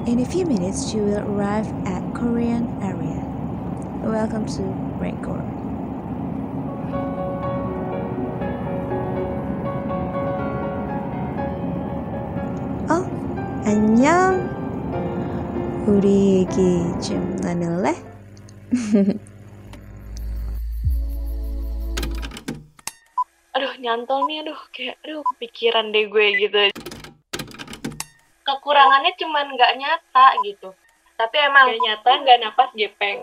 In a few minutes, you will arrive at Korean area. Welcome to Record. 안녕. 우리 얘기 좀 나눌래? Aduh, nyantol nih, kepikiran deh gue gitu. Kekurangannya cuman nggak nyata gitu. Tapi emang nggak nyata, nggak napas gepeng.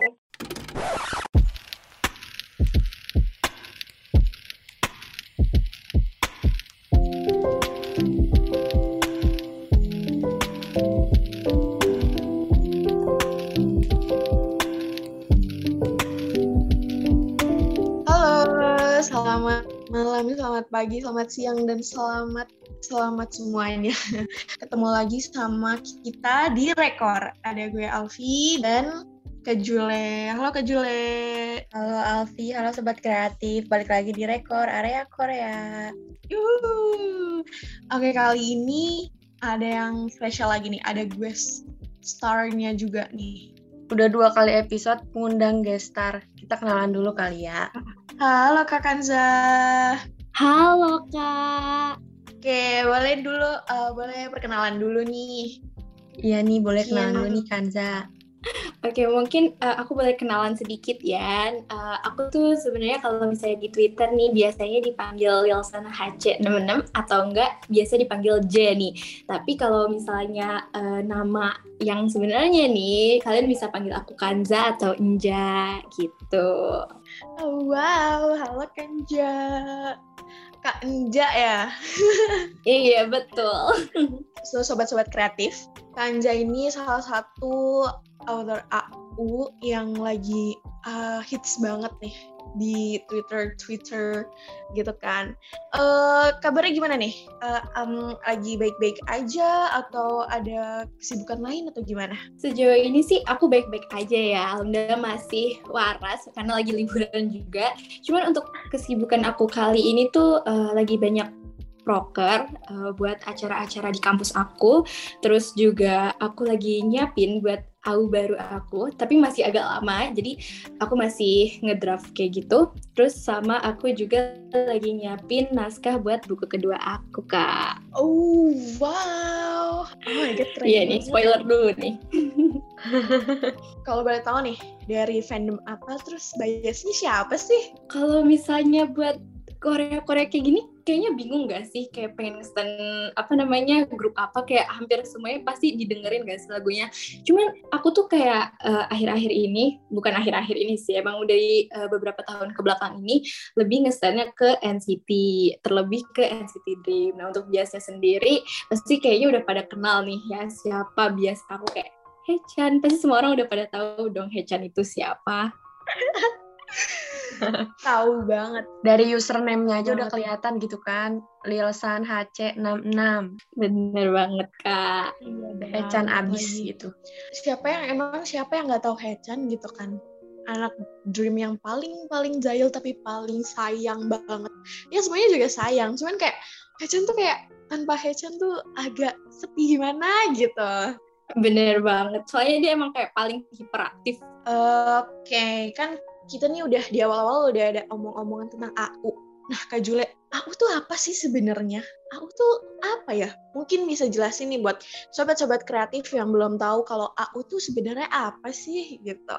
Halo, selamat malam, selamat pagi, selamat siang, dan selamat semuanya. Ketemu lagi sama kita di Rekor. Ada gue Alfi dan Kak Jule. Halo Kak Jule. Halo Alfi, halo Sobat Kreatif. Balik lagi di Rekor, area Korea. Yuhu. Oke, kali ini ada yang spesial lagi nih. Ada guest star-nya juga nih. Udah 2 kali episode ngundang guest star. Kita kenalan dulu kali ya. Halo Kak Kanza. Halo Kak. Oke, boleh perkenalan dulu nih. Iya nih, boleh kenalan dulu nih Kanza. Oke, mungkin aku boleh kenalan sedikit ya. Aku tuh sebenarnya kalau misalnya di Twitter nih biasanya dipanggil Yelsana HC66 atau enggak biasa dipanggil Jenny. Tapi kalau misalnya nama yang sebenarnya nih kalian bisa panggil aku Kanza atau Inja gitu. Oh, wow, halo Kanja. Kak Enja ya. Iya, betul. So, sobat-sobat kreatif, Kanja ini salah satu author AU yang lagi hits banget nih di Twitter gitu kan. Kabarnya gimana nih? Lagi baik-baik aja atau ada kesibukan lain atau gimana? Sejauh ini sih aku baik-baik aja ya. Alhamdulillah masih waras karena lagi liburan juga. Cuman untuk kesibukan aku kali ini tuh lagi banyak proker buat acara-acara di kampus aku. Terus juga aku lagi nyiapin buat AU baru aku, tapi masih agak lama, jadi aku masih ngedraft kayak gitu. Terus sama aku juga lagi nyiapin naskah buat buku kedua aku, Kak. Oh, wow. Oh my God, keren. Iya nih, spoiler dulu nih. Kalau boleh tahu nih, dari fandom apa, terus biasnya siapa sih? Kalau misalnya buat Korea-Korea kayak gini, kayaknya bingung gak sih? Kayak pengen nge-stan, grup apa, kayak hampir semuanya pasti didengerin gak sih lagunya. Cuman aku tuh kayak akhir-akhir ini, bukan akhir-akhir ini sih, emang udah beberapa tahun kebelakang ini, lebih nge-stannya ke NCT, terlebih ke NCT Dream. Nah, untuk biasnya sendiri, pasti kayaknya udah pada kenal nih ya, siapa bias aku kayak Haechan. Pasti semua orang udah pada tahu dong Haechan itu siapa. Tahu banget. Dari username-nya aja udah kelihatan gitu kan. Lilsan HC66. Bener banget, Kak. Haechan abis gitu. Siapa yang nggak tahu Haechan gitu kan? Anak Dream yang paling jahil tapi paling sayang banget. Ya semuanya juga sayang, cuman kayak Haechan tuh kayak tanpa Haechan tuh agak sepi gimana gitu. Bener banget, soalnya dia emang kayak paling hiperaktif. Oke, kan kita nih udah di awal-awal udah ada omong-omongan tentang AU. Nah, Kak Jule, AU tuh apa sih sebenarnya? AU tuh apa ya? Mungkin bisa jelasin nih buat sobat-sobat kreatif yang belum tahu kalau AU tuh sebenarnya apa sih gitu.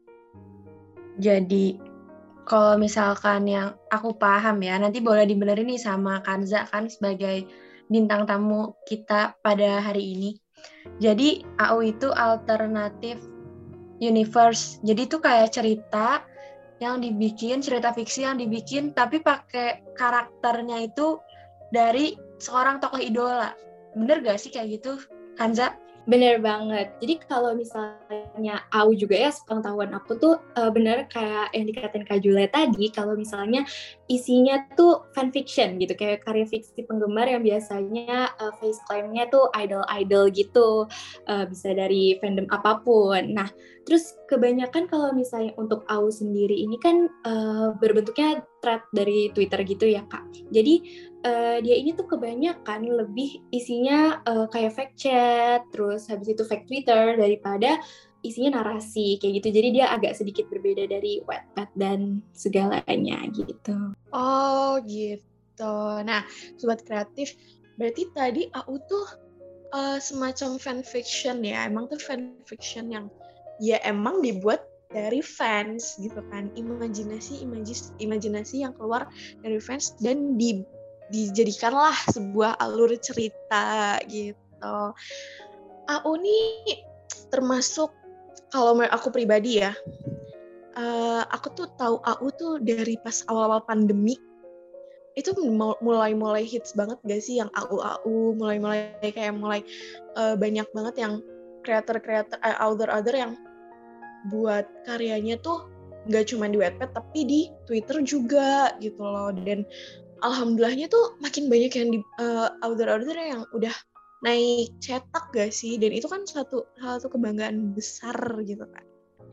Jadi, kalau misalkan yang aku paham ya, nanti boleh dibenerin nih sama Kanza kan sebagai bintang tamu kita pada hari ini. Jadi, AU itu alternative universe. Jadi itu kayak cerita fiksi yang dibikin tapi pakai karakternya itu dari seorang tokoh idola. Bener gak sih kayak gitu, Kanza? Bener banget. Jadi kalau misalnya AU juga ya, sepengetahuan aku tuh bener kayak yang dikatain Kak Jule tadi, kalau misalnya isinya tuh fanfiction gitu, kayak karya fiksi penggemar yang biasanya face claim-nya tuh idol-idol gitu, bisa dari fandom apapun. Nah, terus kebanyakan kalau misalnya untuk AU sendiri ini kan berbentuknya thread dari Twitter gitu ya, Kak. Jadi dia ini tuh kebanyakan lebih isinya kayak fact chat, terus habis itu fact Twitter daripada isinya narasi kayak gitu. Jadi dia agak sedikit berbeda dari Wattpad dan segalanya gitu. Oh gitu. Nah, Sobat Kreatif, berarti tadi AU tuh semacam fanfiction ya. Emang tuh fanfiction yang ya emang dibuat dari fans gitu kan. Imajinasi yang keluar dari fans dan dijadikanlah sebuah alur cerita gitu. AU nih termasuk, kalau aku pribadi ya, aku tuh tahu AU tuh dari pas awal-awal pandemi. Itu mulai hits banget gak sih yang AU mulai banyak banget yang creator author yang buat karyanya tuh nggak cuma di Wattpad tapi di Twitter juga gitu loh. Dan alhamdulillahnya tuh makin banyak yang di author yang udah naik cetak gak sih, dan itu kan satu kebanggaan besar gitu kan.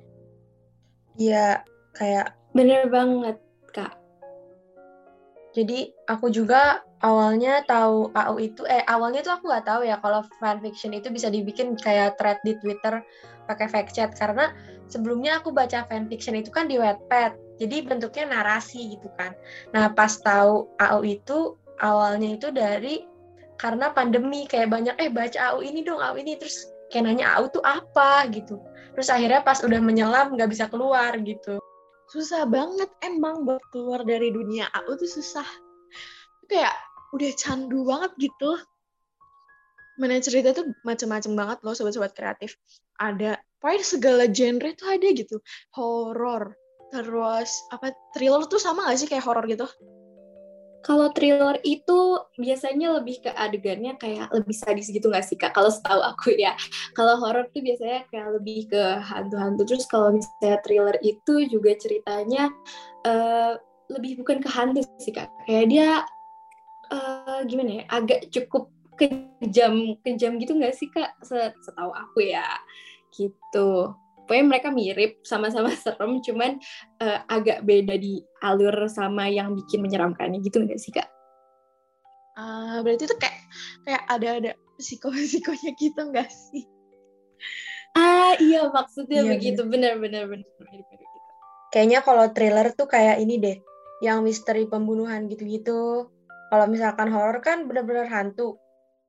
Iya, kayak Bener banget, Kak. jadi aku juga awalnya tahu AU itu, awalnya tuh aku nggak tahu ya kalau fanfiction itu bisa dibikin kayak thread di Twitter pakai fact chat, karena sebelumnya aku baca fanfiction itu kan di Wattpad, jadi bentuknya narasi gitu kan. Nah pas tahu AU itu awalnya itu karena pandemi, kayak banyak baca AU ini dong, AU ini, terus kayak nanya AU tuh apa gitu. Terus akhirnya pas udah menyelam nggak bisa keluar gitu. Susah banget emang buat keluar dari dunia AU tuh susah. Kayak udah candu banget gitu. Mana cerita tuh macem-macem banget loh sobat-sobat kreatif. Ada, pokoknya segala genre tuh ada gitu. Horor, terus thriller tuh sama gak sih kayak horor gitu? Kalau thriller itu biasanya lebih ke adegannya kayak lebih sadis gitu nggak sih, Kak? Kalau setahu aku ya. Kalau horor tuh biasanya kayak lebih ke hantu-hantu. Terus kalau misalnya thriller itu juga ceritanya lebih bukan ke hantu sih, Kak. Kayak dia gimana ya? Agak cukup kejam gitu nggak sih, Kak? Setahu aku ya. Gitu. Pokoknya mereka mirip, sama-sama serem, cuman agak beda di alur sama yang bikin menyeramkannya gitu nggak sih, Kak? Berarti itu kayak ada psikonya gitu nggak sih? Iya, maksudnya Iya, begitu. Benar. Kayaknya kalau thriller tuh kayak ini deh, yang misteri pembunuhan gitu-gitu. Kalau misalkan horor kan benar-benar hantu.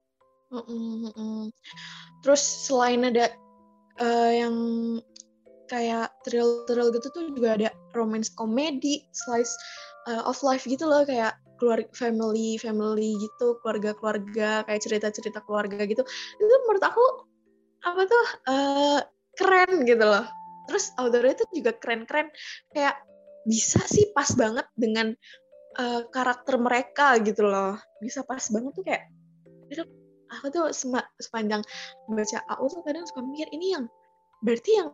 Terus selain ada yang kayak thrill gitu tuh juga ada romance komedi, slice of life gitu loh, kayak keluarga family gitu, keluarga kayak cerita keluarga gitu. Itu menurut aku keren gitu loh. Terus authornya itu juga keren-keren, kayak bisa sih pas banget dengan karakter mereka gitu loh. Bisa pas banget tuh kayak itu. Aku tuh sepanjang baca AU tuh kadang suka mikir, ini yang berarti yang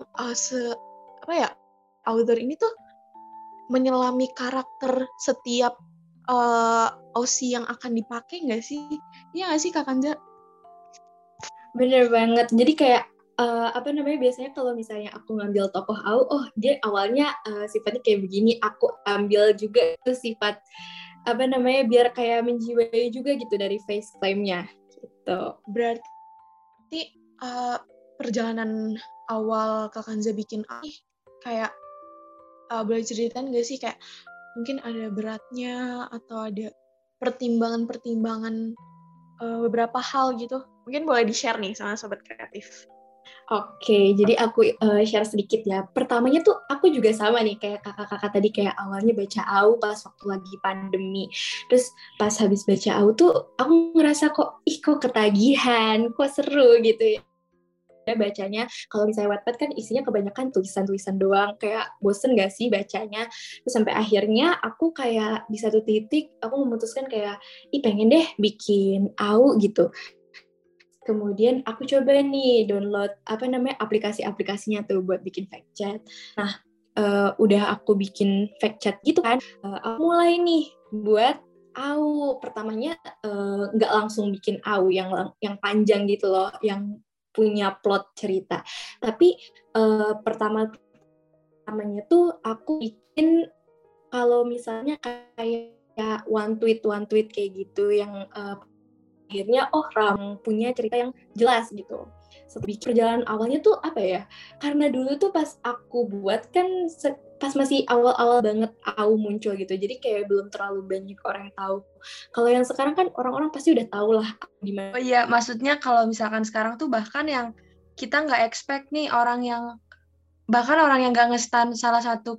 author ini tuh menyelami karakter setiap OC yang akan dipakai nggak sih? Iya nggak sih Kak Kanza? Bener banget. Jadi kayak biasanya kalau misalnya aku ngambil tokoh AU, dia awalnya sifatnya kayak begini, aku ambil juga itu sifat biar kayak menjiwai juga gitu dari face claim-nya gitu. Berarti perjalanan awal Kak Kanza bikin AU kayak boleh ceritain nggak sih, kayak mungkin ada beratnya atau ada pertimbangan beberapa hal gitu? Mungkin boleh di-share nih sama sobat kreatif. Oke, jadi aku share sedikit ya. Pertamanya tuh aku juga sama nih kayak kakak-kakak tadi, kayak awalnya baca AU pas waktu lagi pandemi. Terus pas habis baca AU tuh aku ngerasa kok ketagihan, kok seru gitu ya bacanya. Kalau misalnya Wattpad kan isinya kebanyakan tulisan-tulisan doang, kayak bosen gak sih bacanya. Terus sampai akhirnya aku kayak di satu titik aku memutuskan kayak pengen deh bikin AU gitu. Kemudian aku coba nih download aplikasi-aplikasinya tuh buat bikin fact chat. Nah, udah aku bikin fact chat gitu kan, aku mulai nih buat AU. Pertamanya nggak langsung bikin AU yang panjang gitu loh, yang punya plot cerita. Tapi pertamanya tuh aku bikin, kalau misalnya kayak kayak one tweet kayak gitu yang akhirnya Ram punya cerita yang jelas gitu. Setelah perjalanan awalnya tuh apa ya? Karena dulu tuh pas aku buat kan pas masih awal-awal banget AU muncul gitu. Jadi kayak belum terlalu banyak orang yang tahu. Kalau yang sekarang kan orang-orang pasti udah tahu lah gimana. Oh iya, maksudnya kalau misalkan sekarang tuh bahkan yang kita nggak expect nih bahkan orang yang nggak ngestan salah satu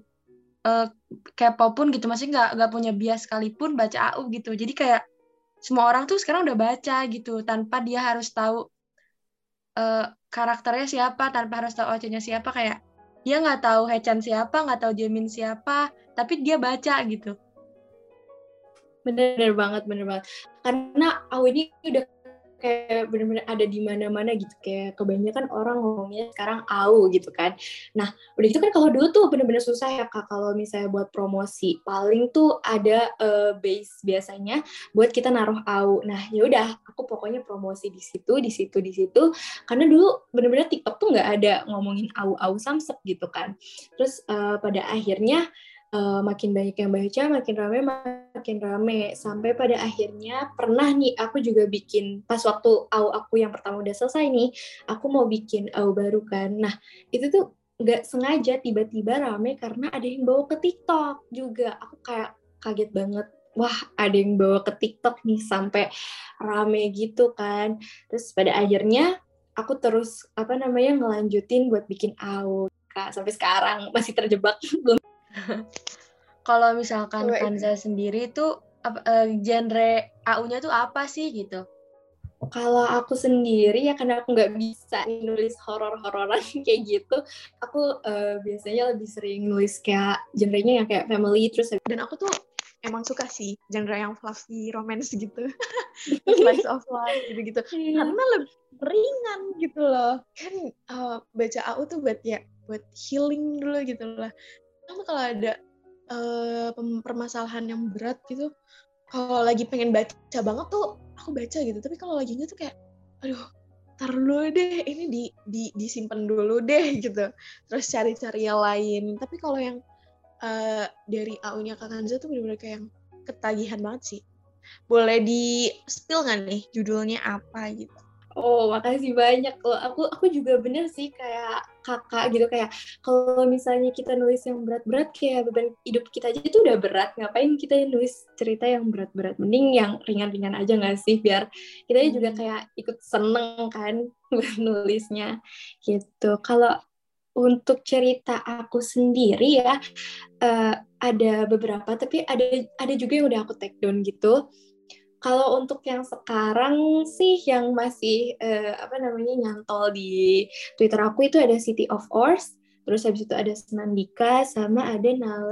K-pop pun gitu, masih nggak punya bias sekalipun baca AU gitu. Jadi kayak semua orang tuh sekarang udah baca gitu tanpa dia harus tahu karakternya siapa, tanpa harus tahu OC-nya siapa, kayak dia nggak tahu Haechan siapa, nggak tahu Jaemin siapa, tapi dia baca gitu. Bener banget. Karena AU ini udah kayak bener-bener ada di mana-mana gitu, kayak kebanyakan orang ngomongnya sekarang AU gitu kan. Nah, udah gitu kan kalau dulu tuh bener-bener susah ya Kak, kalau misalnya buat promosi, paling tuh ada base biasanya buat kita naruh AU. Nah, ya udah, aku pokoknya promosi di situ, karena dulu bener-bener TikTok tuh nggak ada ngomongin AU Samsek gitu kan. Terus pada akhirnya makin banyak yang baca, makin rame, sampai pada akhirnya pernah nih aku juga bikin, pas waktu AU aku yang pertama udah selesai nih, aku mau bikin AU baru kan. Nah, itu tuh nggak sengaja tiba-tiba rame karena ada yang bawa ke TikTok juga. Aku kayak kaget banget. Wah, ada yang bawa ke TikTok nih sampai rame gitu kan. Terus pada akhirnya aku terus ngelanjutin buat bikin AU. Kak, sampai sekarang masih terjebak belum. Kalau misalkan Kanza sendiri tuh genre AU-nya tuh apa sih gitu? Kalau aku sendiri ya, karena aku nggak bisa nulis horor-hororan kayak gitu, aku biasanya lebih sering nulis kayak genrenya yang kayak family, terus Dan aku tuh emang suka sih genre yang fluffy romance gitu. Slice of life gitu-gitu. Karena lebih ringan gitu loh. Kan baca AU tuh buat healing dulu gitu loh. Karena kalau ada permasalahan yang berat gitu, kalau lagi pengen baca banget tuh aku baca gitu, tapi kalau lagi tuh kayak aduh, tar dulu deh, ini disimpan dulu deh gitu, terus cari-cari yang lain. Tapi kalau yang dari AU-nya Kak Kanza tuh bener-bener kayak yang ketagihan banget sih. Boleh di spill nggak nih judulnya apa gitu? Oh, makasih banyak loh. Aku juga bener sih kayak kakak gitu, kayak kalau misalnya kita nulis yang berat-berat, kayak beban hidup kita aja itu udah berat. Ngapain kita nulis cerita yang berat-berat? Mending yang ringan-ringan aja nggak sih? Biar kita juga kayak ikut seneng kan nulisnya gitu. Kalau untuk cerita aku sendiri ya, ada beberapa, tapi ada juga yang udah aku take down gitu. Kalau untuk yang sekarang sih yang masih nyantol di Twitter aku itu ada City of Ors, terus habis itu ada Senandika, sama ada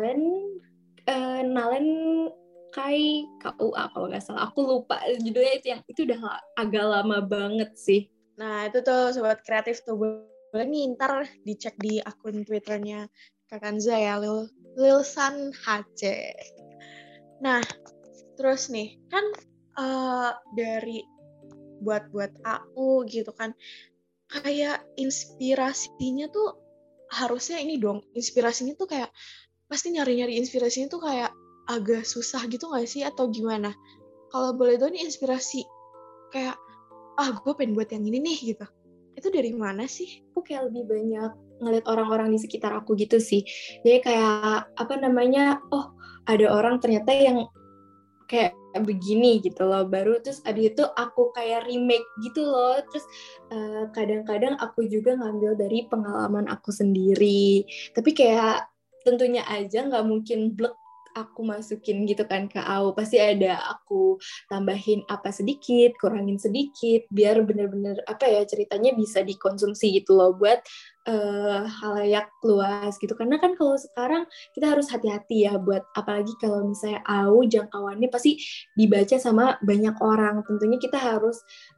Nalen Kai KUA kalau nggak salah. Aku lupa judulnya, itu udah agak lama banget sih. Nah, itu tuh sobat kreatif tuh, boleh nih ntar dicek di akun Twitternya Kak Kanza ya, Lilsan HC. Nah, terus nih kan dari buat AU gitu kan, kayak inspirasinya tuh harusnya ini dong, inspirasinya tuh kayak pasti nyari-nyari inspirasinya tuh kayak agak susah gitu nggak sih, atau gimana? Kalau boleh tahu nih inspirasi kayak gue pengen buat yang ini nih gitu, itu dari mana sih? Aku kayak lebih banyak ngeliat orang-orang di sekitar aku gitu sih. Jadi kayak ada orang ternyata yang kayak begini gitu loh, baru terus abis itu aku kayak remake gitu loh. Terus kadang-kadang aku juga ngambil dari pengalaman aku sendiri, tapi kayak tentunya aja nggak mungkin blek aku masukin gitu kan ke AU. Pasti ada aku tambahin apa sedikit, kurangin sedikit, biar bener-bener ceritanya bisa dikonsumsi gitu loh buat halayak luas gitu. Karena kan kalau sekarang kita harus hati-hati ya, buat apalagi kalau misalnya AU jangkauannya pasti dibaca sama banyak orang. Tentunya kita harus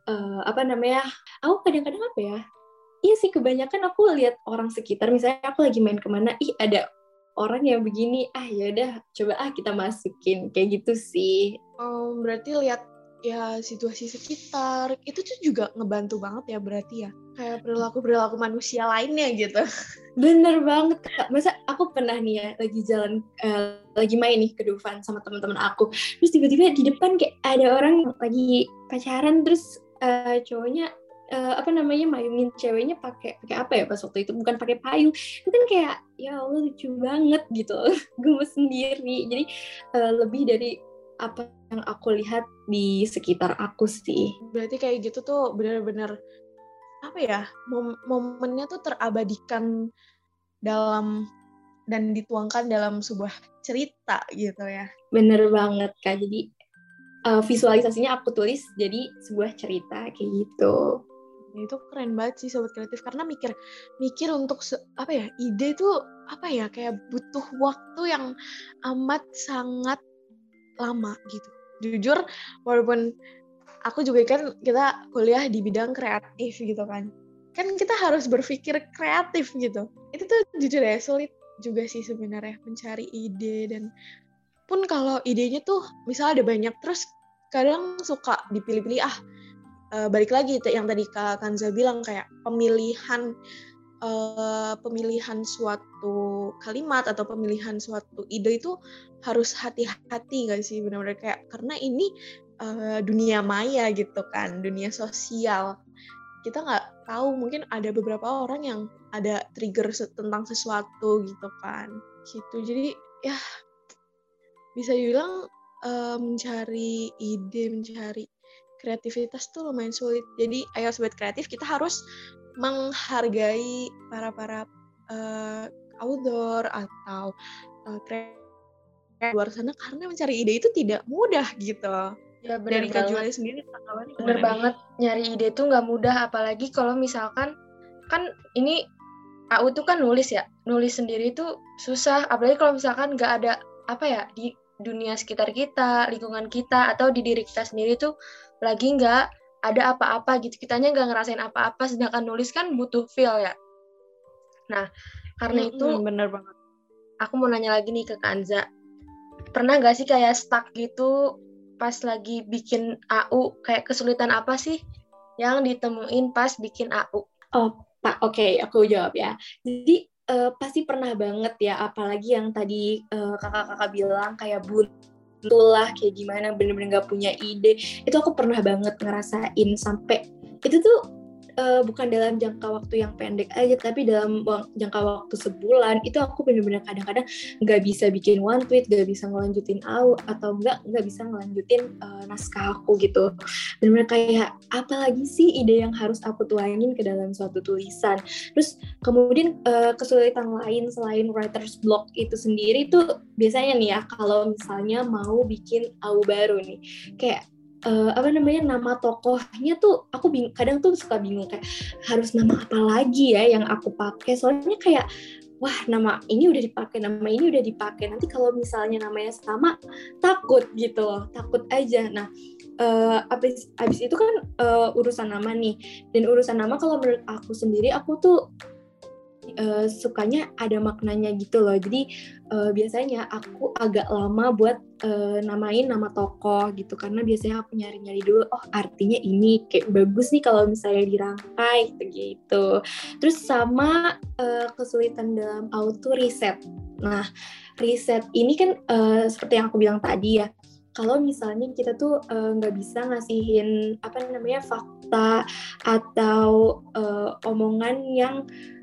AU kadang-kadang iya sih, kebanyakan aku lihat orang sekitar, misalnya aku lagi main kemana, ada orang yang begini, yaudah coba kita masukin, kayak gitu sih. Berarti lihat ya situasi sekitar, itu tuh juga ngebantu banget ya berarti ya. kayak perilaku manusia lainnya gitu. Bener banget Kak. Masa aku pernah nih ya lagi jalan lagi main nih ke Dufan sama teman-teman aku. Terus tiba-tiba di depan kayak ada orang lagi pacaran, terus cowoknya mayungin ceweknya pakai apa ya pas waktu itu, bukan pakai payung. Itu kan kayak ya Allah lucu banget gitu. Gemes sendiri. Jadi lebih dari apa yang aku lihat di sekitar aku sih. Berarti kayak gitu tuh benar-benar apa ya, momennya tuh terabadikan dalam dan dituangkan dalam sebuah cerita gitu ya. Bener banget Kak. Jadi visualisasinya aku tulis jadi sebuah cerita kayak gitu. Itu keren banget sih Sobat Kreatif, karena mikir untuk ide itu kayak butuh waktu yang amat sangat lama gitu. Jujur, walaupun aku juga kan kita kuliah di bidang kreatif gitu kan kita harus berpikir kreatif gitu. Itu tuh jujur ya sulit juga sih sebenarnya mencari ide, dan pun kalau idenya tuh misalnya ada banyak, terus kadang suka dipilih-pilih balik lagi yang tadi Kak Kanza bilang, kayak pemilihan suatu kalimat atau pemilihan suatu ide itu harus hati-hati gak sih, benar-benar kayak karena ini dunia maya gitu kan, dunia sosial. Kita nggak tahu, mungkin ada beberapa orang yang ada trigger tentang sesuatu gitu kan. Gitu. Jadi ya bisa dibilang mencari ide, mencari kreativitas tuh lumayan sulit. Jadi ayo Sobat Kreatif, kita harus menghargai para outdoor atau luar sana, karena mencari ide itu tidak mudah gitu. Ya, dari Kak Juali sendiri, bener banget, nyari ide tuh nggak mudah, apalagi kalau misalkan kan ini AU tuh kan nulis sendiri tuh susah, apalagi kalau misalkan nggak ada di dunia sekitar kita, lingkungan kita, atau di diri kita sendiri tuh lagi nggak ada apa-apa gitu, kitanya nggak ngerasain apa-apa, sedangkan nulis kan butuh feel ya. Nah, karena itu bener banget. Aku mau nanya lagi nih ke Kanza, pernah nggak sih kayak stuck gitu pas lagi bikin AU, kayak kesulitan apa sih yang ditemuin pas bikin AU? Oh, Pak, oke, aku jawab ya. Jadi pasti pernah banget ya, apalagi yang tadi kakak-kakak bilang kayak buntu lah, kayak gimana, bener-bener gak punya ide. Itu aku pernah banget ngerasain, sampai itu tuh bukan dalam jangka waktu yang pendek aja, tapi dalam jangka waktu sebulan itu aku benar-benar kadang-kadang nggak bisa bikin one tweet, nggak bisa ngelanjutin AU, atau nggak bisa ngelanjutin naskah aku gitu. Benar-benar kayak apa lagi sih ide yang harus aku tuangin ke dalam suatu tulisan. Terus kemudian kesulitan lain selain writer's block itu sendiri tuh biasanya nih ya, kalau misalnya mau bikin AU baru nih, kayak nama tokohnya tuh aku kadang tuh suka bingung, kayak harus nama apa lagi ya yang aku pakai, soalnya kayak wah nama ini udah dipakai, nanti kalau misalnya namanya sama takut gitu loh, takut aja. Nah abis itu kan urusan nama nih, dan urusan nama kalau menurut aku sendiri, aku tuh sukanya ada maknanya gitu loh. Jadi biasanya aku agak lama buat namain nama tokoh gitu, karena biasanya aku nyari-nyari dulu, oh artinya ini kayak bagus nih kalau misalnya dirangkai gitu. Terus sama kesulitan dalam auto riset. Nah, riset ini kan seperti yang aku bilang tadi ya, kalau misalnya kita tuh nggak bisa ngasihin fakta atau omongan yang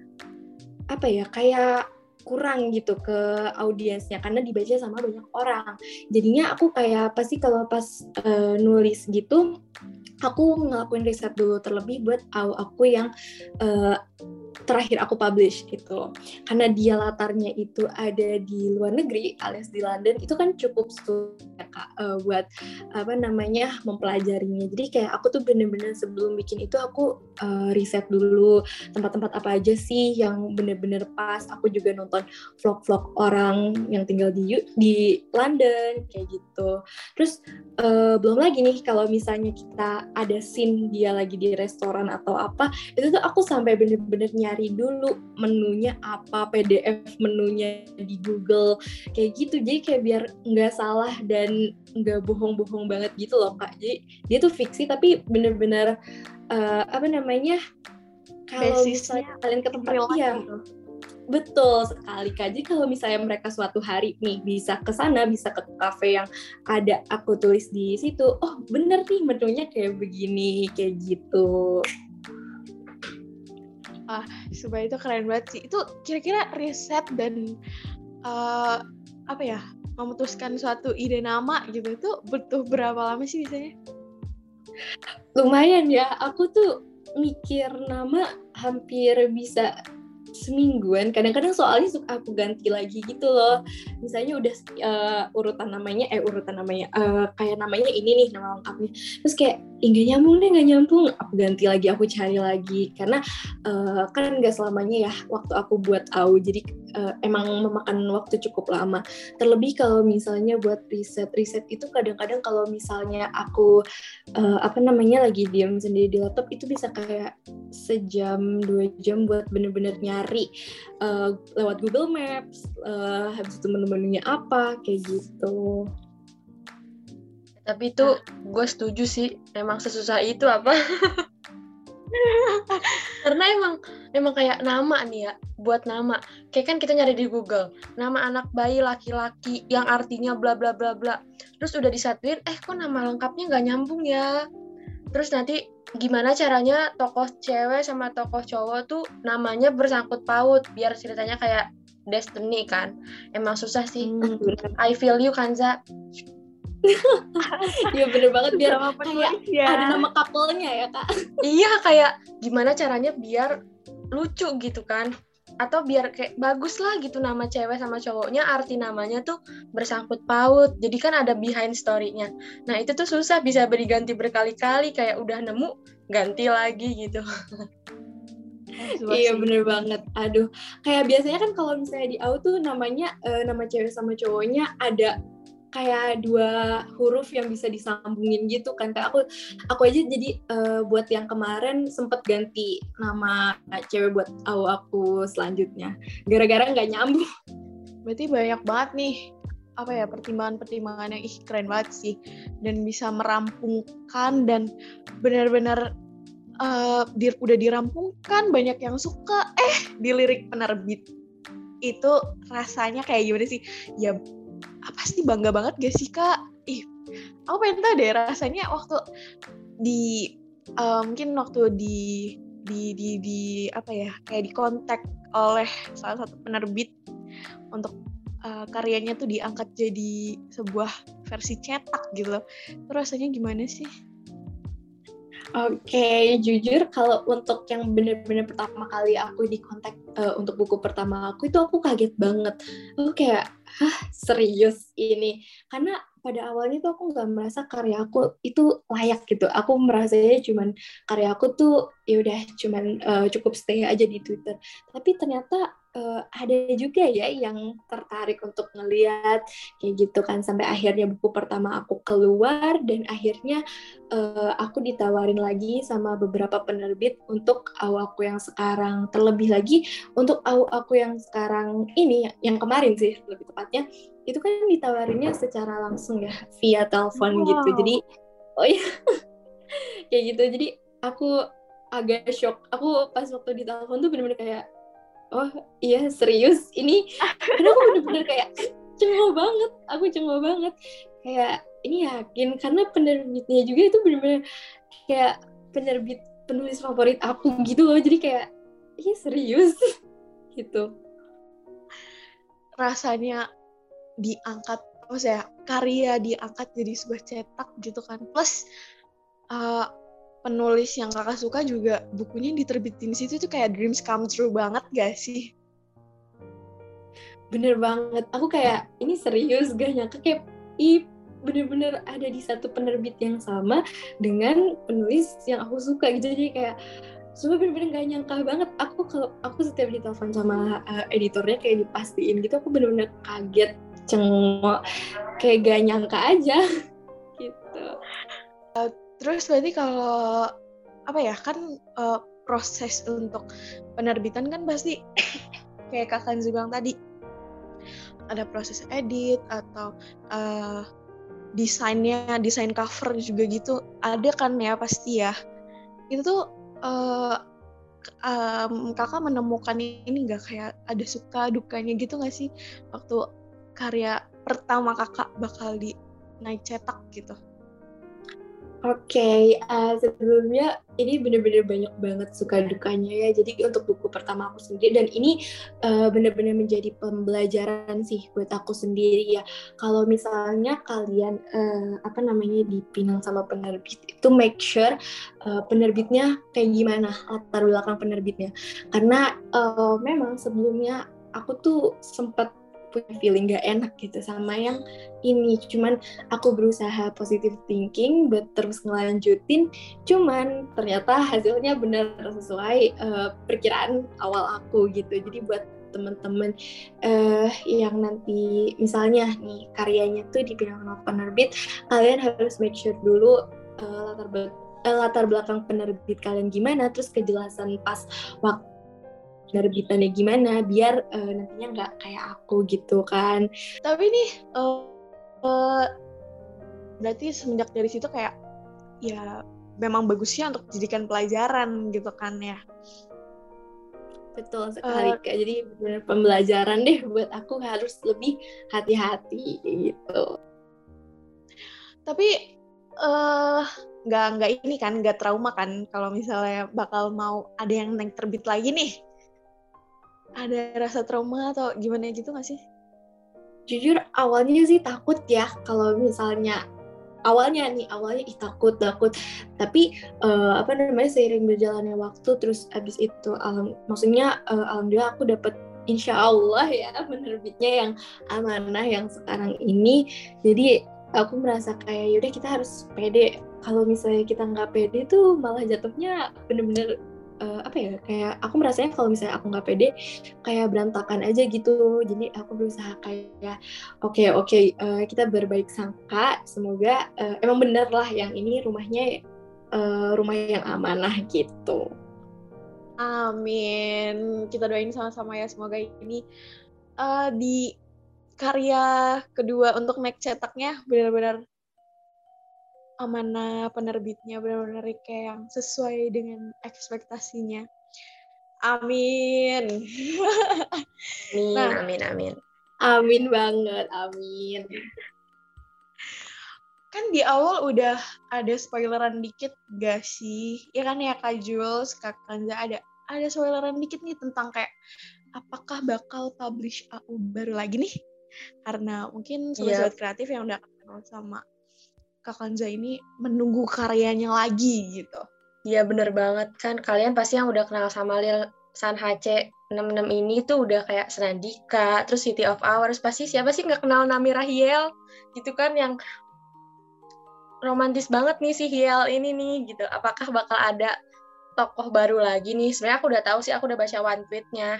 kayak kurang gitu ke audiensnya, karena dibaca sama banyak orang. Jadinya aku kayak pasti kalau pas nulis gitu, aku ngelakuin riset dulu terlebih buat aku yang terakhir aku publish gitu. Karena dia latarnya itu ada di luar negeri, alias di London, itu kan cukup sulit ya Kak, buat mempelajarinya. Jadi kayak aku tuh bener-bener sebelum bikin itu aku riset dulu tempat-tempat apa aja sih yang bener-bener pas. Aku juga nonton vlog-vlog orang yang tinggal di London kayak gitu. Terus belum lagi nih kalau misalnya kita ada scene dia lagi di restoran atau apa, itu tuh aku sampai bener-bener nyari dulu menunya apa, PDF menunya di Google kayak gitu. Jadi kayak biar nggak salah dan nggak bohong-bohong banget gitu loh Kak. Jadi dia tuh fiksi tapi bener-bener kalau basisnya misalnya kalian ke tempat real life iya, gitu. betul sekali Kak. Jadi kalau misalnya mereka suatu hari nih bisa ke sana, bisa ke kafe yang ada aku tulis di situ, oh bener nih menunya kayak begini, kayak gitu. Sumpah itu keren banget sih. Itu kira-kira riset dan memutuskan suatu ide nama gitu itu butuh berapa lama sih biasanya? Lumayan ya, aku tuh mikir nama hampir bisa semingguan. Kadang-kadang soalnya suka aku ganti lagi gitu loh. Misalnya udah urutan namanya kayak namanya ini nih nama lengkapnya. Terus kayak nggak nyambung. Aku ganti lagi, aku cari lagi. Karena kan nggak selamanya ya waktu aku buat AU. Jadi emang memakan waktu cukup lama. Terlebih kalau misalnya buat riset itu kadang-kadang kalau misalnya aku lagi diam sendiri di laptop itu bisa kayak sejam 2 jam buat bener-bener nyari lewat Google Maps, habis itu menu-menunya apa kayak gitu. Tapi itu gue setuju sih, emang sesusah itu apa? Karena emang kayak nama nih ya, buat nama. Kayak kan kita nyari di Google, nama anak bayi laki-laki yang artinya bla bla bla bla. Terus udah disatuin, kok nama lengkapnya nggak nyambung ya? Terus nanti gimana caranya tokoh cewek sama tokoh cowok tuh namanya bersangkut paut biar ceritanya kayak Destiny kan. Emang susah sih. I feel you Kanza. Iya bener banget, biar Sama kayak ya. ada nama couple-nya ya Kak. Iya, kayak gimana caranya biar lucu gitu kan, atau biar kayak bagus lah gitu nama cewek sama cowoknya, arti namanya tuh bersangkut paut, jadi kan ada behind story-nya. Nah itu tuh susah, bisa diganti berkali-kali, kayak udah nemu ganti lagi gitu. Iya bener banget. Aduh, kayak biasanya kan kalau misalnya di AU tuh namanya nama cewek sama cowoknya ada kayak 2 huruf yang bisa disambungin gitu kan. Kayak aku aja jadi buat yang kemarin sempet ganti nama cewek buat AU aku selanjutnya gara-gara nggak nyambung. Berarti banyak banget nih pertimbangan-pertimbangan yang keren banget sih, dan bisa merampungkan dan benar-benar udah dirampungkan, banyak yang suka, dilirik penerbit. Itu rasanya kayak gimana sih? Ya pasti bangga banget gak sih Kak? Aku pengen tahu deh rasanya waktu mungkin waktu kayak dikontak oleh salah satu penerbit untuk karyanya tuh diangkat jadi sebuah versi cetak gitu loh. Itu rasanya gimana sih? Oke, jujur kalau untuk yang bener-bener pertama kali aku dikontak untuk buku pertama aku itu aku kaget banget. Aku kayak, serius ini? Karena pada awalnya tuh aku nggak merasa karya aku itu layak gitu. Aku merasanya cuman karya aku tuh ya udah cuman cukup stay aja di Twitter. Tapi ternyata ada juga ya yang tertarik untuk ngeliat kayak gitu kan, sampai akhirnya buku pertama aku keluar dan akhirnya aku ditawarin lagi sama beberapa penerbit untuk AU aku yang sekarang, terlebih lagi untuk AU aku yang sekarang ini yang kemarin sih lebih tepatnya itu kan ditawarinnya secara langsung ya via telepon gitu. Jadi kayak gitu, jadi aku agak shock. Aku pas waktu di telepon tuh bener-bener kayak oh iya serius ini, karena aku bener-bener kayak cengeng banget kayak ini yakin, karena penerbitnya juga itu bener-bener kayak penerbit penulis favorit aku gitu loh, jadi kayak iya serius gitu. Rasanya diangkat, maksudnya karya diangkat jadi sebuah cetak gitu kan, plus penulis yang kakak suka juga bukunya diterbitin situ tuh kayak dreams come true banget gak sih? Bener banget, aku kayak ini serius gak nyangka kayak bener-bener ada di satu penerbit yang sama dengan penulis yang aku suka gitu. Jadi kayak semua bener-bener gak nyangka banget. Aku setiap ditelepon sama editornya kayak dipastiin gitu, aku bener-bener kaget, cengok, kayak gak nyangka aja gitu. Terus berarti kalau kan proses untuk penerbitan kan pasti kayak Kak Kanzi bilang tadi ada proses edit atau desain cover juga gitu ada kan ya pasti ya. Itu tuh kakak menemukan ini nggak, kayak ada suka dukanya gitu nggak sih waktu karya pertama kakak bakal di naik cetak gitu? Oke, sebelumnya ini bener-bener banyak banget suka dukanya ya. Jadi untuk buku pertama aku sendiri, dan ini bener-bener menjadi pembelajaran sih buat aku sendiri ya. Kalau misalnya kalian dipinang sama penerbit, itu make sure penerbitnya kayak gimana, latar belakang penerbitnya. Karena memang sebelumnya aku tuh sempat punya feeling gak enak gitu sama yang ini, cuman aku berusaha positive thinking buat terus ngelanjutin, cuman ternyata hasilnya benar sesuai perkiraan awal aku gitu. Jadi buat teman-teman yang nanti misalnya nih karyanya tuh dipinang sama penerbit, kalian harus make sure dulu latar belakang penerbit kalian gimana, terus kejelasan pas waktu penerbitannya gimana, biar nantinya nggak kayak aku gitu kan. Tapi nih berarti semenjak dari situ kayak ya memang bagusnya untuk dijadikan pelajaran gitu kan ya? Betul sekali Kak. Jadi benar pembelajaran deh buat aku, harus lebih hati-hati gitu. Tapi nggak ini kan, nggak trauma kan kalau misalnya bakal mau ada yang naik terbit lagi nih? Ada rasa trauma atau gimana gitu nggak sih? Jujur awalnya sih takut ya, kalau misalnya awalnya takut, tapi seiring berjalannya waktu, terus abis itu alhamdulillah aku dapet, insya Allah ya, penerbitnya yang amanah yang sekarang ini. Jadi aku merasa kayak yaudah kita harus pede. Kalau misalnya kita nggak pede tuh malah jatuhnya bener-bener kayak aku merasanya kalau misalnya aku nggak pede kayak berantakan aja gitu. Jadi aku berusaha kayak oke, kita berbaik sangka, semoga emang bener lah yang ini rumahnya rumah yang amanah gitu. Amin, kita doain sama-sama ya, semoga ini di karya kedua untuk naik cetaknya benar-benar amanah, penerbitnya benar-benar kayak yang sesuai dengan ekspektasinya. Amin. Amin. Amin banget, amin. Kan di awal udah ada spoileran dikit gak sih? Ya kan ya Kak Jules, Kak Kanza, ada spoileran dikit nih tentang kayak apakah bakal publish AU baru lagi nih? Karena mungkin sobat-sobat kreatif yang udah kenal sama Kak Kanza ini menunggu karyanya lagi gitu. Iya bener banget kan, kalian pasti yang udah kenal sama Lil San HC 66 ini tuh udah kayak Senandika, terus City of Hours, pasti siapa sih nggak kenal Nami Rahiel gitu kan, yang romantis banget nih si Hiel ini nih gitu. Apakah bakal ada tokoh baru lagi nih? Sebenarnya aku udah tahu sih, aku udah baca one tweetnya.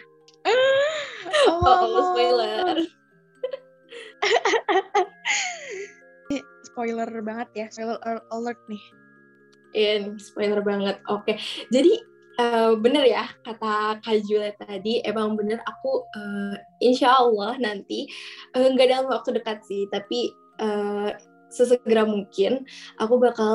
Spoiler. Spoiler banget ya, spoiler alert nih. Iya, spoiler banget. Oke, jadi bener ya kata Kak Juliet tadi, emang bener aku insya Allah nanti nggak dalam waktu dekat sih, tapi sesegera mungkin aku bakal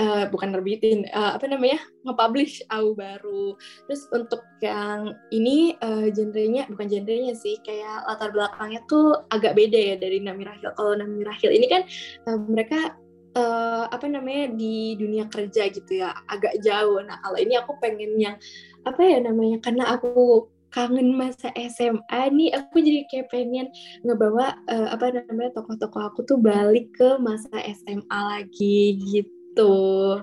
nge-publish AU baru. Terus untuk yang ini bukan genrenya sih, kayak latar belakangnya tuh agak beda ya dari Nami Rahil. Kalau Nami Rahil ini kan mereka di dunia kerja gitu ya, agak jauh. Nah kalau ini aku pengen yang karena aku kangen masa SMA nih, aku jadi kayak pengen ngebawa tokoh-tokoh aku tuh balik ke masa SMA lagi gitu.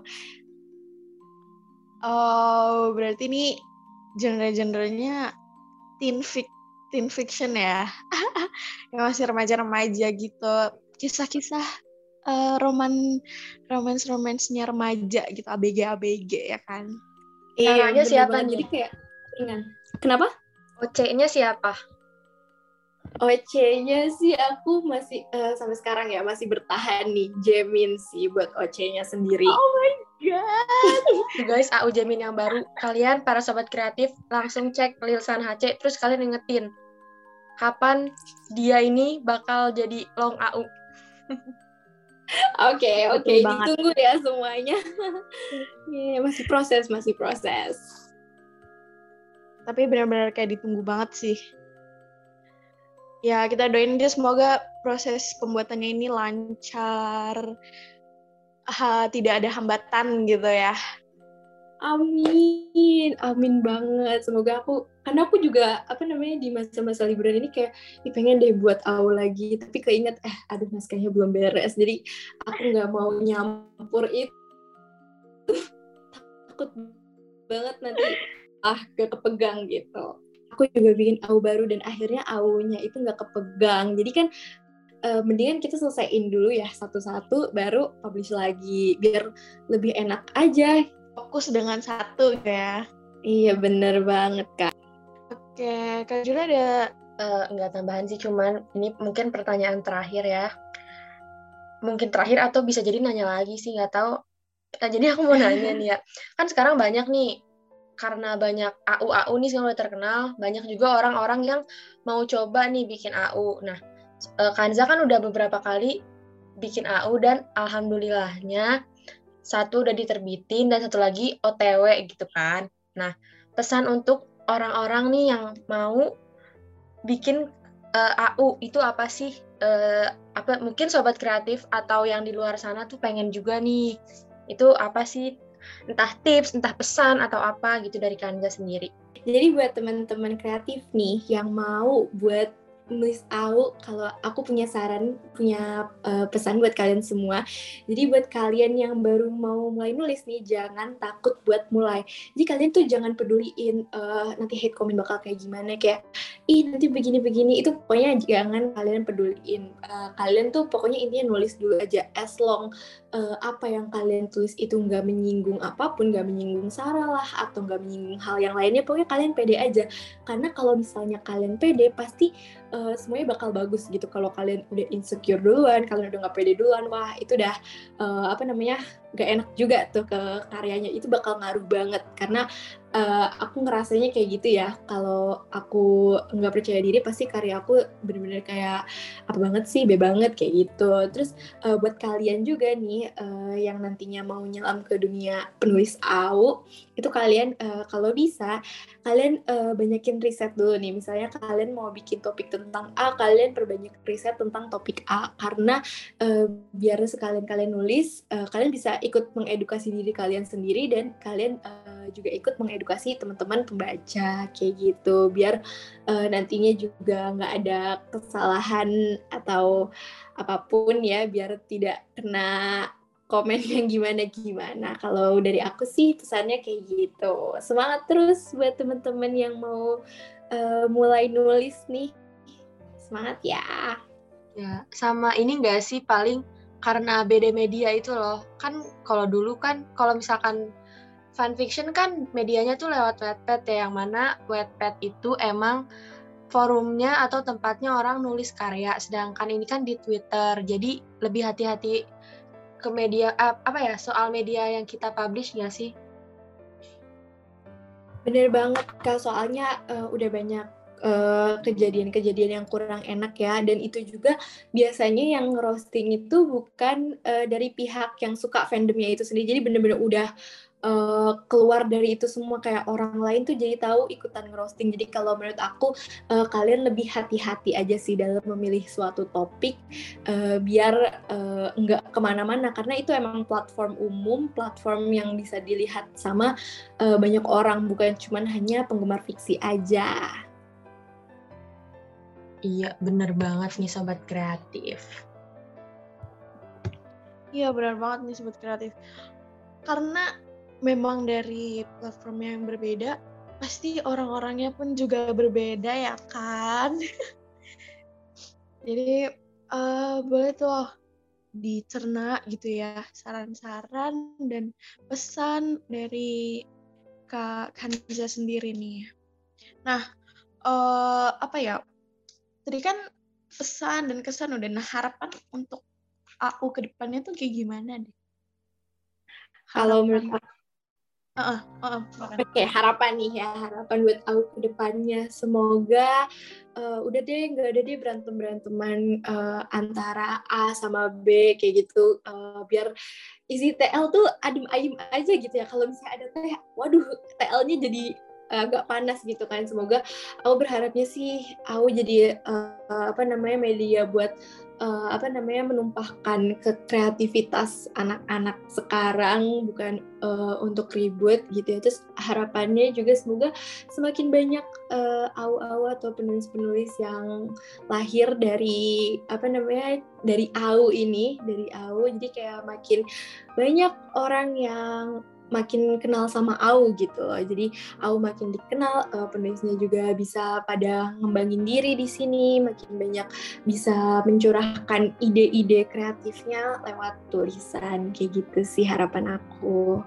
Oh, berarti ini genre-genrenya teen fiction ya. Yang masih remaja-remaja gitu. Kisah-kisah romance-nya remaja gitu, ABG ya kan. Iya, siapa nih? Jadi kayak ringan. Kenapa? OC-nya siapa? OC-nya sih aku masih sampai sekarang ya masih bertahan nih, Jaemin sih buat OC-nya sendiri. Oh my god. Guys, AU Jaemin yang baru, kalian para sobat kreatif langsung cek Lil San HC, terus kalian ingetin kapan dia ini bakal jadi long AU. Oke, ditunggu ya semuanya. Masih proses. Tapi benar-benar kayak ditunggu banget sih. Ya, kita doain aja semoga proses pembuatannya ini lancar, tidak ada hambatan gitu ya. Amin, amin banget. Semoga karena aku juga di masa-masa liburan ini kayak pengen deh buat AU lagi, tapi keinget aduh naskahnya belum beres, jadi aku nggak mau nyampur itu. Takut banget nanti gak kepegang gitu. Aku juga bikin AU baru dan akhirnya AU-nya itu nggak kepegang. Jadi kan mendingan kita selesaiin dulu ya satu-satu, baru publish lagi biar lebih enak aja. Fokus dengan satu ya. Iya bener banget Kak. Oke, Kak Juna ada nggak tambahan sih, cuman ini mungkin pertanyaan terakhir ya. Mungkin terakhir atau bisa jadi nanya lagi sih, nggak tahu. Jadi aku mau nanya nih ya, kan sekarang banyak nih, karena banyak AU nih sekarang udah terkenal, banyak juga orang-orang yang mau coba nih bikin AU. Nah, Kanza kan udah beberapa kali bikin AU dan alhamdulillahnya satu udah diterbitin dan satu lagi OTW gitu kan. Nah, pesan untuk orang-orang nih yang mau bikin AU itu apa sih? Mungkin sobat kreatif atau yang di luar sana tuh pengen juga nih. Itu apa sih? Entah tips, entah pesan atau apa gitu dari Kanza sendiri. Jadi buat teman-teman kreatif nih yang mau buat nulis AU, kalau aku punya saran, punya pesan buat kalian semua. Jadi buat kalian yang baru mau mulai nulis nih, jangan takut buat mulai. Jadi kalian tuh jangan peduliin nanti hate comment bakal kayak gimana, kayak nanti begini-begini, itu pokoknya jangan kalian peduliin. Kalian tuh pokoknya intinya nulis dulu aja, as long apa yang kalian tulis itu nggak menyinggung apapun, nggak menyinggung Sarah lah, atau nggak menyinggung hal yang lainnya, pokoknya kalian pede aja. Karena kalau misalnya kalian pede, pasti semuanya bakal bagus gitu. Kalau kalian udah insecure duluan, kalian udah nggak pede duluan, wah itu udah gak enak juga tuh ke karyanya, itu bakal ngaruh banget. Karena aku ngerasanya kayak gitu ya, kalau aku nggak percaya diri pasti karya aku bener-bener kayak apa banget sih, be banget kayak gitu. Terus buat kalian juga nih yang nantinya mau nyelam ke dunia penulis AU, itu kalian kalau bisa kalian banyakin riset dulu nih. Misalnya kalian mau bikin topik tentang A, kalian perbanyak riset tentang topik A, karena biar sekalian kalian nulis, kalian bisa ikut mengedukasi diri kalian sendiri, dan kalian juga ikut mengedukasi teman-teman pembaca kayak gitu, biar nantinya juga nggak ada kesalahan atau apapun ya, biar tidak kena komen yang gimana-gimana. Kalau dari aku sih pesannya kayak gitu. Semangat terus buat teman-teman yang mau mulai nulis nih. Semangat ya. Ya, sama ini nggak sih, paling karena beda media itu loh. Kan kalau dulu kan, kalau misalkan fanfiction kan medianya tuh lewat Wattpad ya, yang mana Wattpad itu emang forumnya atau tempatnya orang nulis karya, sedangkan ini kan di Twitter. Jadi lebih hati-hati ke media soal media yang kita publish nggak sih? Bener banget Kak, soalnya udah banyak kejadian-kejadian yang kurang enak ya, dan itu juga biasanya yang roasting itu bukan dari pihak yang suka fandomnya itu sendiri, jadi bener-bener udah keluar dari itu semua, kayak orang lain tuh jadi tahu ikutan ngerosting. Jadi kalau menurut aku kalian lebih hati-hati aja sih dalam memilih suatu topik, biar nggak kemana-mana, karena itu emang platform umum, platform yang bisa dilihat sama banyak orang, bukan cuman hanya penggemar fiksi aja. Iya, bener banget nih Sobat Kreatif. Iya, benar banget nih Sobat Kreatif. Karena memang dari platform yang berbeda, pasti orang-orangnya pun juga berbeda ya kan? Jadi boleh tuh dicerna gitu ya saran-saran dan pesan dari Kak Kanza sendiri nih. Nah, tadi kan pesan dan kesan udah, nah harapan untuk AU ke depannya tuh kayak gimana deh? Kalau menurut aku, Oke, harapan nih ya, harapan buat aku ke depannya, semoga udah deh nggak ada deh berantem-beranteman antara A sama B kayak gitu, biar isi TL tuh adem ayem aja gitu ya. Kalau misalnya ada teh, waduh TL-nya jadi agak panas gitu kan. Semoga aku berharapnya sih aku jadi media buat menumpahkan ke kreativitas anak-anak sekarang, bukan untuk ribut gitu ya. Terus harapannya juga semoga semakin banyak AU atau penulis-penulis yang lahir dari dari AU ini, dari AU. Jadi kayak makin banyak orang yang makin kenal sama AU gitu loh. Jadi AU makin dikenal, penulisnya juga bisa pada ngembangin diri di sini, makin banyak bisa mencurahkan ide-ide kreatifnya lewat tulisan. Kayak gitu sih harapan aku.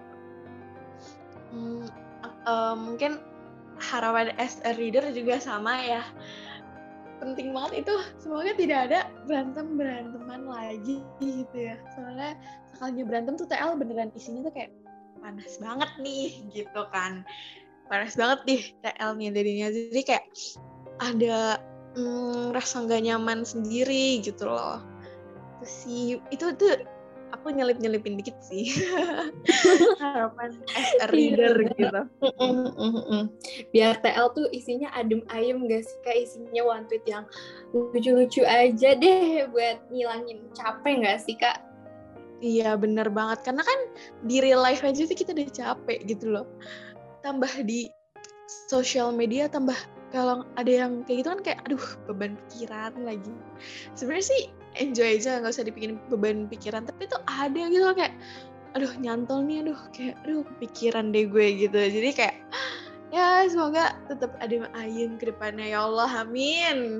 Mungkin harapan as a reader juga sama ya. Penting banget itu, semoga tidak ada berantem-beranteman lagi gitu ya. Soalnya sekalinya berantem tuh TL beneran isinya tuh kayak panas banget nih gitu kan. Panas banget nih TL-nya jadinya. Jadi kayak ada rasa nggak nyaman sendiri gitu loh. Terus sih itu tuh aku nyelip-nyelipin dikit sih. Harapan as a reader gitu. Biar TL tuh isinya adem ayem gak sih Kak? Isinya one tweet yang lucu-lucu aja deh buat ngilangin capek gak sih Kak? Iya bener banget, karena kan di real life aja sih kita udah capek gitu loh. Tambah di social media, tambah kalau ada yang kayak gitu kan kayak aduh beban pikiran lagi. Sebenarnya sih enjoy aja, nggak usah dipikirin beban pikiran, tapi tuh ada gitu loh kayak aduh nyantol nih, aduh kepikiran deh gue gitu. Jadi kayak ya semoga tetap adem ayem ke depannya ya Allah, amin.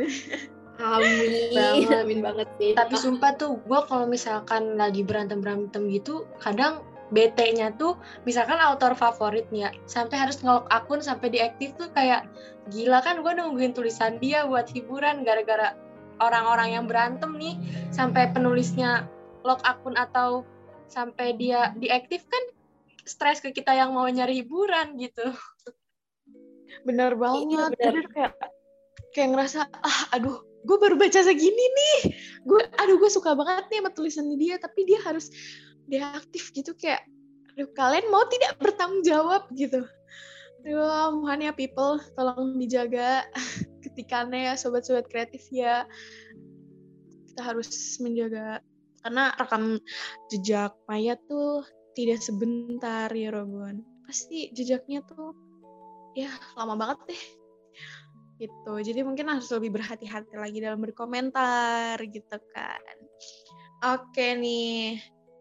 Amin banget sih. Tapi sumpah tuh gue kalau misalkan lagi berantem gitu kadang bete-nya tuh misalkan author favoritnya sampai harus nge-lock akun sampai diaktif tuh kayak gila kan, gue nungguin tulisan dia buat hiburan, gara-gara orang-orang yang berantem nih sampai penulisnya lock akun atau sampai dia diaktif kan stres ke kita yang mau nyari hiburan gitu. Bener banget. Iya, bener. Kayak ngerasa aduh gue baru baca segini nih, gue suka banget nih sama tulisan dia, tapi dia harus deaktif gitu, kayak aduh kalian mau tidak bertanggung jawab gitu. Aduh mohon ya people, tolong dijaga ketikannya ya sobat-sobat kreatif ya. Kita harus menjaga, karena rekam jejak mayat tuh tidak sebentar ya Robon, pasti jejaknya tuh ya lama banget deh gitu. Jadi mungkin harus lebih berhati-hati lagi dalam berkomentar gitu kan. Oke nih,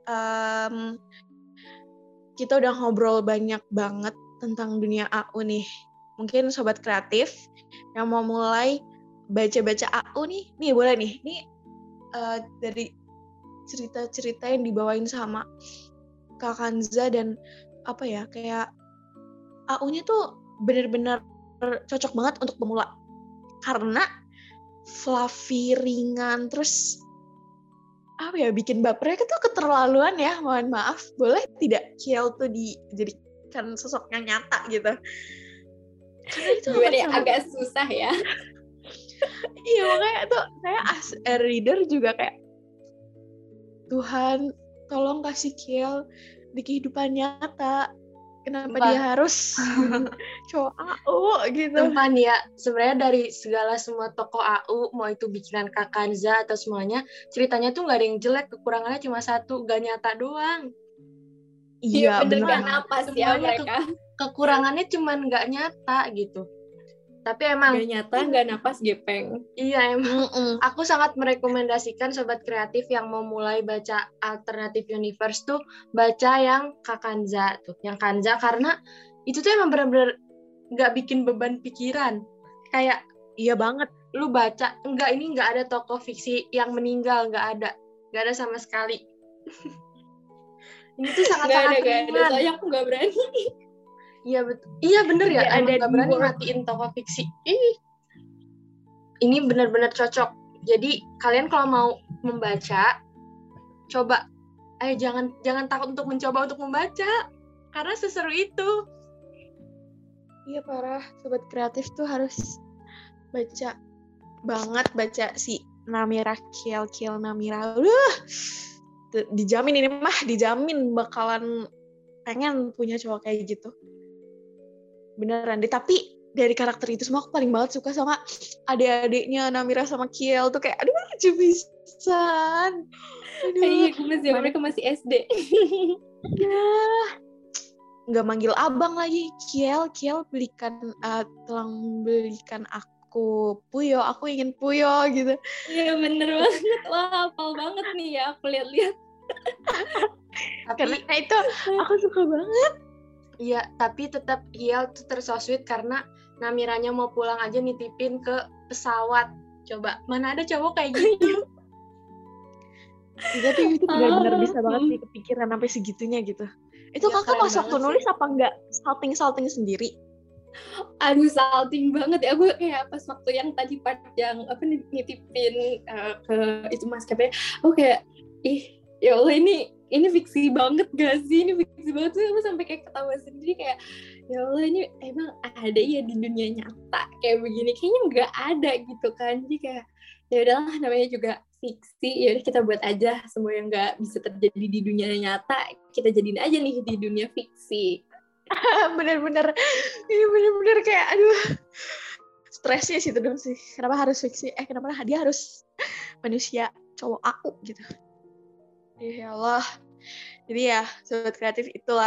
kita udah ngobrol banyak banget tentang dunia AU nih. Mungkin sobat kreatif yang mau mulai baca-baca AU nih boleh nih. Ini dari cerita-cerita yang dibawain sama Kak Kanza, dan apa ya, kayak AU-nya tuh bener-bener cocok banget untuk pemula karena fluffy, ringan, terus apa ya, bikin bapernya tuh keterlaluan ya, mohon maaf, boleh tidak Kiel tuh dijadikan sosok yang nyata gitu, karena itu agak susah ya. Iya makanya tuh saya as a reader juga kayak Tuhan tolong kasih Kiel di kehidupan nyata. Kenapa dia harus cowok AU gitu? Sumpah nih ya, sebenarnya dari segala semua tokoh AU, mau itu bikinan Kak Kanza atau semuanya, ceritanya tuh nggak ada yang jelek, kekurangannya cuma satu, gak nyata doang. Iya bener kan apa sih ya mereka? Kekurangannya cuma nggak nyata gitu. Tapi emang gak nyata, gak napas, gepeng. Iya emang. Aku sangat merekomendasikan sobat kreatif yang mau mulai baca alternative universe tuh baca yang Kak Kanza tuh, yang Kanza, karena itu tuh emang benar-benar nggak bikin beban pikiran. Kayak iya banget. Lu baca, ini nggak ada tokoh fiksi yang meninggal, nggak ada sama sekali. Ini tuh sangat-sangat ringan. Soalnya aku nggak berani. Iya betul. Iya bener ya. Ada nggak berani matiin tokoh fiksi. Ini benar-benar cocok. Jadi kalian kalau mau membaca, coba. Jangan takut untuk mencoba untuk membaca, karena seseru itu. Iya parah. Sobat kreatif tuh harus baca banget, baca si Namira Kiel Namira. Dijamin bakalan pengen punya cowok kayak gitu. beneran deh. Tapi dari karakter itu semua aku paling banget suka sama adik-adiknya Namira sama Kiel tuh kayak aduh lucu pisan. Iya, Aduh, mereka masih SD. nggak manggil abang lagi. Kiel tolong belikan aku puyo, aku ingin puyo gitu. Iya bener banget. Wah, hafal banget nih ya aku lihat-lihat. Karena itu aku suka banget. Iya, tapi tetap Kiel tuh so sweet karena Namiranya mau pulang aja nitipin ke pesawat. Coba, mana ada cowok kayak gitu? Tapi itu benar-benar bisa banget sih kepikiran sampai segitunya gitu. Itu Ya, kakak pas keren waktu banget nulis sih. apa enggak salting sendiri? Aduh, salting banget ya. Aku kayak pas waktu yang tadi part yang nitipin ke itu maskapai, aku kayak ya Allah ini fiksi banget gak sih? Ini fiksi banget tuh, aku sampai kayak ketawa sendiri kayak ya Allah ini emang ada ya di dunia nyata kayak begini. Kayaknya nggak ada gitu kan. Jadi kayak ya udahlah, namanya juga fiksi, ya udah kita buat aja semua yang nggak bisa terjadi di dunia nyata kita jadiin aja nih di dunia fiksi. Bener-bener ini bener-bener kayak aduh stresnya situ dong sih. Kenapa harus fiksi? Kenapa dia harus manusia cowok aku gitu. Ya Allah. Jadi ya sobat kreatif itulah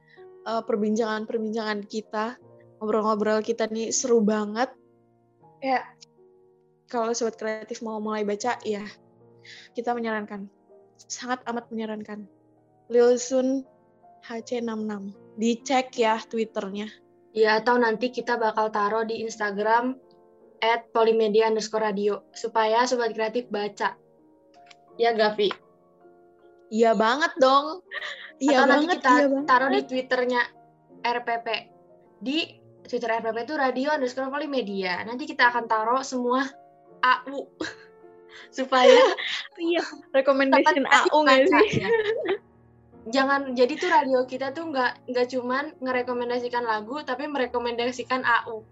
perbincangan kita, ngobrol-ngobrol kita nih seru banget. Ya kalau sobat kreatif mau mulai baca ya kita menyarankan, sangat amat menyarankan Lilsun HC66. Dicek ya Twitternya. Ya, atau nanti kita bakal taruh di Instagram @polimedia_radio supaya sobat kreatif baca. Ya, Gavi? Iya banget dong. Iya atau banget, nanti kita iya banget. taruh di Twitternya RPP. Di Twitter RPP itu radio_polimedia. Nanti kita akan taruh semua AU supaya iya recommendation AU nggak sih? Jangan jadi tuh radio kita tuh nggak cuman ngerekomendasikan lagu tapi merekomendasikan AU.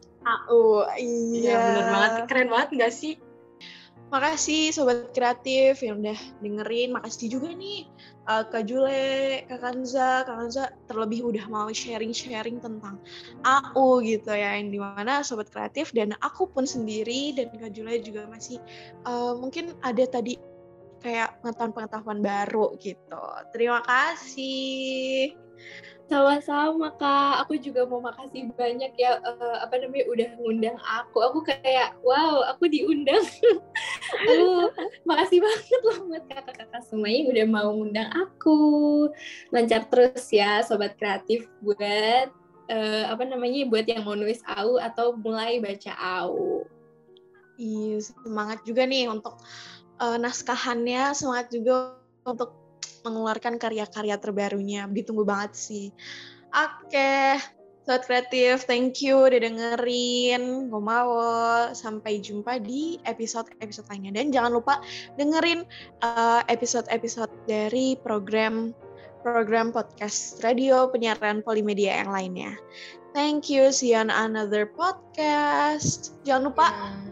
Iya. Ya, bener banget, keren banget nggak sih? Makasih sobat kreatif yang udah dengerin. Makasih juga nih Kak Jule, Kak Kanza terlebih udah mau sharing tentang AU gitu ya, yang dimana sobat kreatif dan aku pun sendiri dan Kak Jule juga masih mungkin ada tadi kayak pengetahuan baru gitu. Terima kasih. Sama-sama Kak, aku juga mau makasih banyak ya udah ngundang aku. Aku kayak wow, aku diundang. Makasih banget loh buat kakak-kakak semuanya yang udah mau ngundang aku. Lancar terus ya sobat kreatif buat buat yang mau nulis AU atau mulai baca AU. Iya, semangat juga nih untuk naskahannya, semangat juga untuk mengeluarkan karya-karya terbarunya. Ditunggu banget sih. Oke, sobat kreatif, thank you udah dengerin Gomawo. Sampai jumpa di episode-episode lainnya. Dan jangan lupa dengerin episode-episode dari program podcast radio penyiaran Polimedia yang lainnya. Thank you, see you on another podcast. Jangan lupa.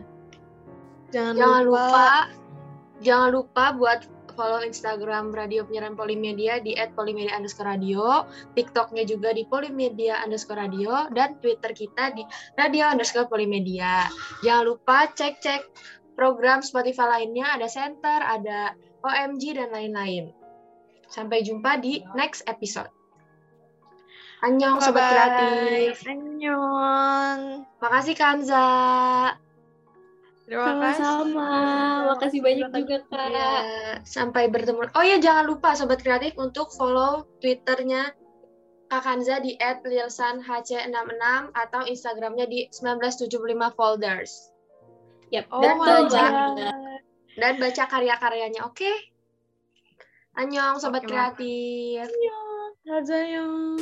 Jangan lupa buat follow Instagram Radio Penyiaran Polimedia di @polimedia_radio, TikToknya juga di polimedia_radio, dan Twitter kita di radio_polimedia. Jangan lupa cek program Spotify lainnya, ada Center, ada OMG, dan lain-lain. Sampai jumpa di next episode. Annyeong sobat kreatif. Annyeong. Makasih Kanza. Sama-sama. Makasih banyak juga Kak. Ya, sampai bertemu. Oh ya, jangan lupa sobat kreatif untuk follow Twitternya Kak Kanza di @lilsanhc66 atau Instagramnya di 1975 folders. Yap, dan baca karya-karyanya, oke? Annyeong sobat kreatif. Annyeong.